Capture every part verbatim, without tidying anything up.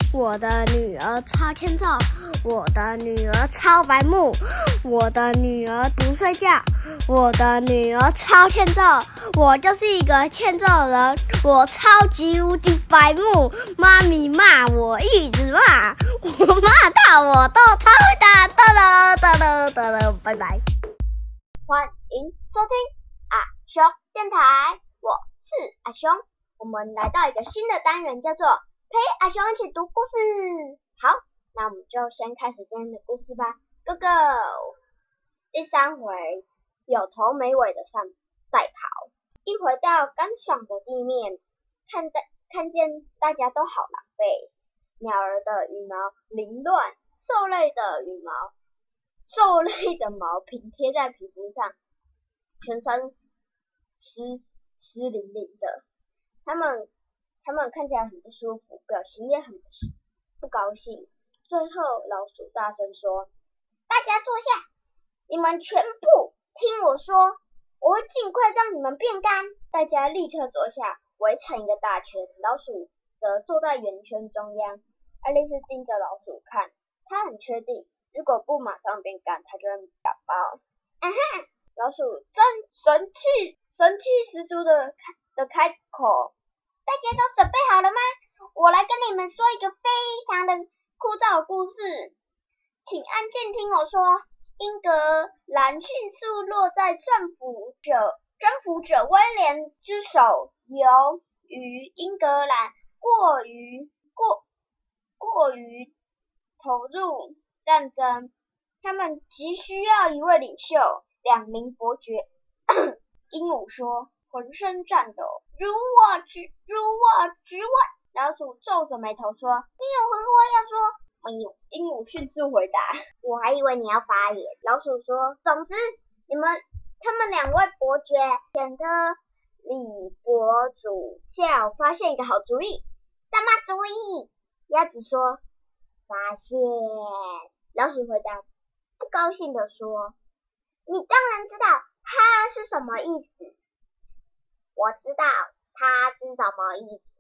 我的女儿超欠揍，我的女儿超白目，我的女儿不睡觉，我的女儿超欠揍，我就是一个欠揍人，我超级无敌白目，妈咪骂我一直骂，我骂到我都超会打，哒了哒了哒了，拜拜。 欢迎收听阿雄电台，我是阿雄，我们来到一个新的单元，叫做陪阿雄一起读故事。好，那我们就先开始今天的故事吧 ，Go Go！ 第三回有头没尾的赛赛跑，一回到干爽的地面，看到看见大家都好狼狈，鸟儿的羽毛凌乱，兽类的羽毛。兽类的毛平贴在皮肤上，全身湿湿淋淋的。它们它们看起来很不舒服，表情也很不高兴。最后，老鼠大声说：“大家坐下，你们全部听我说，我会尽快让你们变干。”大家立刻坐下，围成一个大圈。老鼠则坐在圆圈中央。爱丽丝盯着老鼠看，她很确定。如果不马上变干，它就会感冒。嗯哼，老鼠真神气，神气十足的的开口。大家都准备好了吗？我来跟你们说一个非常的枯燥的故事，请安静听我说。英格兰迅速落在征服者征服者威廉之手，由于英格兰过于过过于投入战争，他们急需要一位领袖。两名伯爵鹦鹉说，浑身颤抖，如我之如我之问。老鼠皱着眉头说，你有何话要说？没有。鹦鹉迅速回答，我还以为你要发言。老鼠说，总之你们他们两位伯爵显得李伯主教发现一个好主意。什么主意？鸭子说，发现。老鼠回答，不高兴地说，你当然知道它是什么意思。我知道它是什么意思。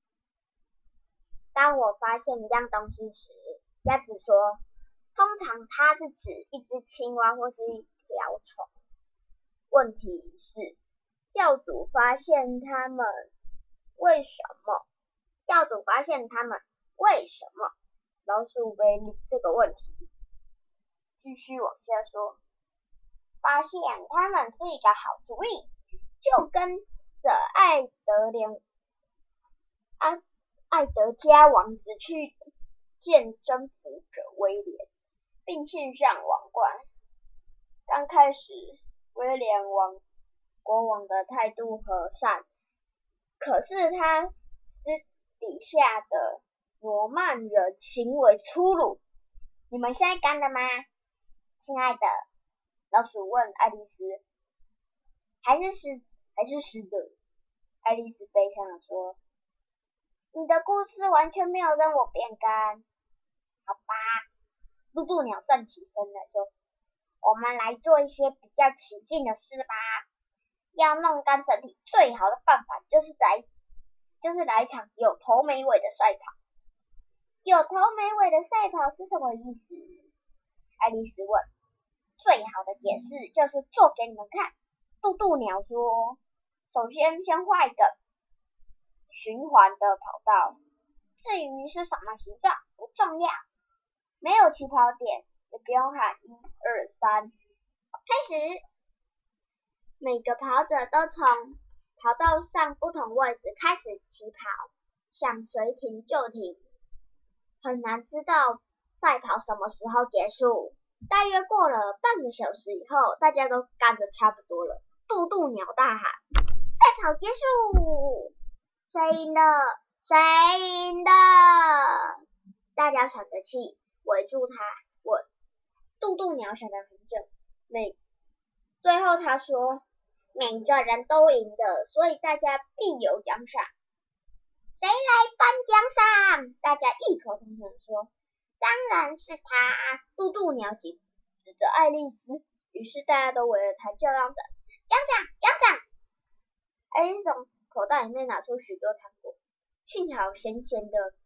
当我发现一样东西时，鸭子说，通常它是指一只青蛙或是一条虫。问题是，教主发现它们为什么？教主发现它们为什么？老鼠回答这个问题，继续往下说，发现他们是一个好主意，就跟着爱德莲爱爱德加王子去见征服者威廉，并献上王冠。刚开始，威廉王国王的态度和善，可是他私底下的罗曼人行为粗鲁。你们现在干了吗，亲爱的？老鼠问爱丽丝。还是湿还是湿的？爱丽丝悲伤地说，你的故事完全没有让我变干。好吧，嘟嘟鸟站起身来说，我们来做一些比较起劲的事吧。要弄干身体最好的办法就是来就是来一场有头没尾的赛跑。有头没尾的赛跑是什么意思？爱丽丝问。最好的解释就是做给你们看。嘟嘟鸟说，首先先画一个循环的跑道，至于是什么形状不重要，没有起跑点，也不用喊一二三，开始。每个跑者都从跑道上不同位置开始起跑，想随停就停，很难知道赛跑什么时候结束。大约过了半个小时以后，大家都干得差不多了。嘟嘟鸟大喊，赛跑结束，谁赢了？谁赢了？大家喘着气围住他问。嘟嘟鸟想了很久，每最后他说，每个人都赢了，所以大家必有奖赏。谁来颁奖赏？大家异口同声说，当然是他。嘟嘟鸟指指着爱丽丝，于是大家都围着他叫嚷着，奖赏奖赏。爱丽丝从口袋里面拿出许多糖果，幸好咸咸的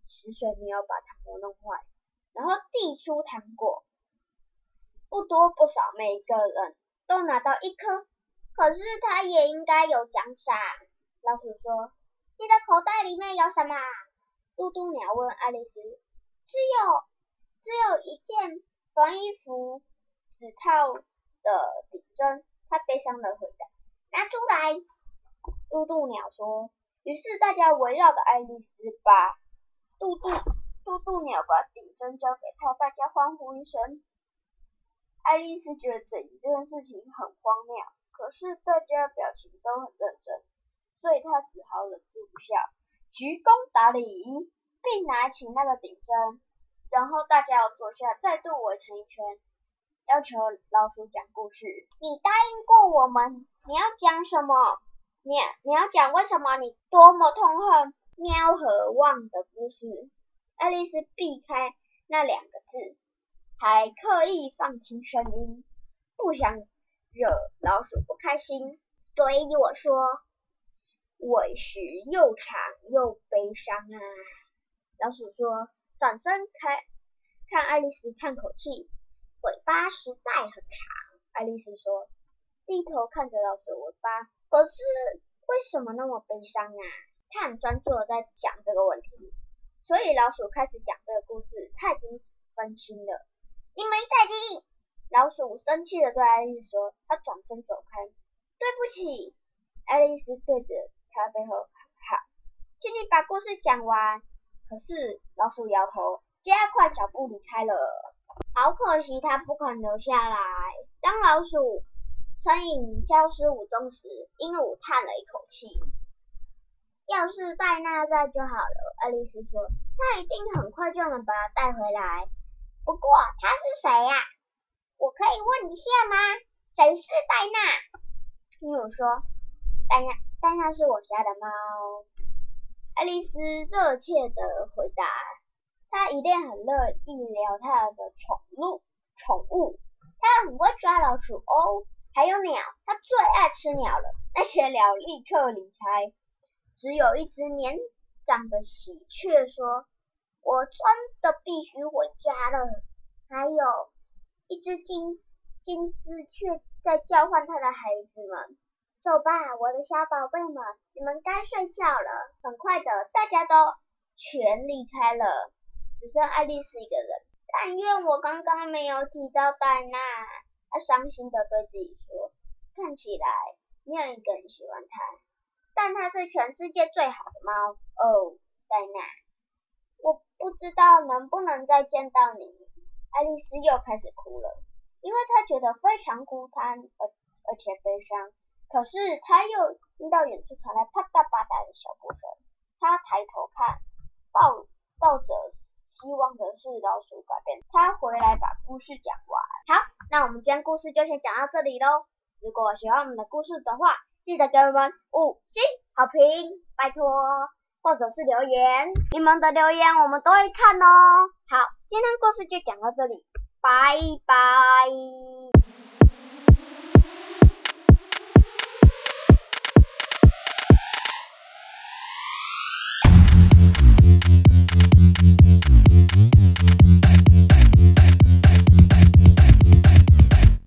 食水没有把糖果弄坏，然后递出糖果，不多不少，每个人都拿到一颗。可是他也应该有奖赏。老鼠说：“你的口袋里面有什么？”嘟嘟鸟问爱丽丝。只有只有一件缝衣服指套的顶针。他悲伤的回答：“拿出来。”嘟嘟鸟说。于是大家围绕着爱丽丝，把嘟嘟嘟嘟鸟把顶针交给他，大家欢呼一声。爱丽丝觉得整件事情很荒谬，可是大家表情都很认真，所以她只好忍住不笑，鞠躬打礼，并拿起那个顶针，然后大家要坐下，再度围成一圈，要求老鼠讲故事。你答应过我们，你要讲什么？你你要讲为什么你多么痛恨喵和旺的故事。爱丽丝避开那两个字，还刻意放轻声音，不想惹老鼠不开心。所以我说，尾时又长又悲伤啊。老鼠说，转身开看爱丽丝叹口气，尾巴实在很长。爱丽丝说，低头看着老鼠的尾巴，可是为什么那么悲伤啊？他很专注的在想这个问题，所以老鼠开始讲这个故事，他已经分心了。你没在听！老鼠生气的对爱丽丝说，他转身走开。对不起！爱丽丝对着他背后喊，请你把故事讲完。可是老鼠摇头，加快脚步离开了。好可惜，他不肯留下来。当老鼠身影消失无踪时，鹦鹉叹了一口气。要是戴娜在就好了，爱丽丝说，她一定很快就能把它带回来。不过她是谁呀、啊？我可以问一下吗？谁是戴娜？鹦鹉说，戴娜，戴娜是我家的猫。爱丽丝热切地回答，她一定很乐意聊她的宠物。宠物，她很会抓老鼠哦，还有鸟，她最爱吃鸟了。那些鸟立刻离开，只有一只年长的喜鹊说，我真的必须回家了。还有一只金金丝雀在叫唤它的孩子们，走吧，我的小宝贝们，你们该睡觉了。很快的，大家都全离开了，只剩爱丽丝一个人。但愿我刚刚没有提到戴娜，她伤心的对自己说，看起来没有一个人喜欢她，但她是全世界最好的猫。哦，戴娜，我不知道能不能再见到你。爱丽丝又开始哭了，因为她觉得非常孤单而而且悲伤。可是她又听到远处传来啪嗒啪嗒的小步声，她抬头看，抱抱着希望的是老鼠改变，她回来把故事讲完。好，那我们今天故事就先讲到这里咯。如果喜欢我们的故事的话，记得给我们五星好评，拜托，或者是留言，你们的留言我们都会看哦。好，今天故事就讲到这里，拜拜。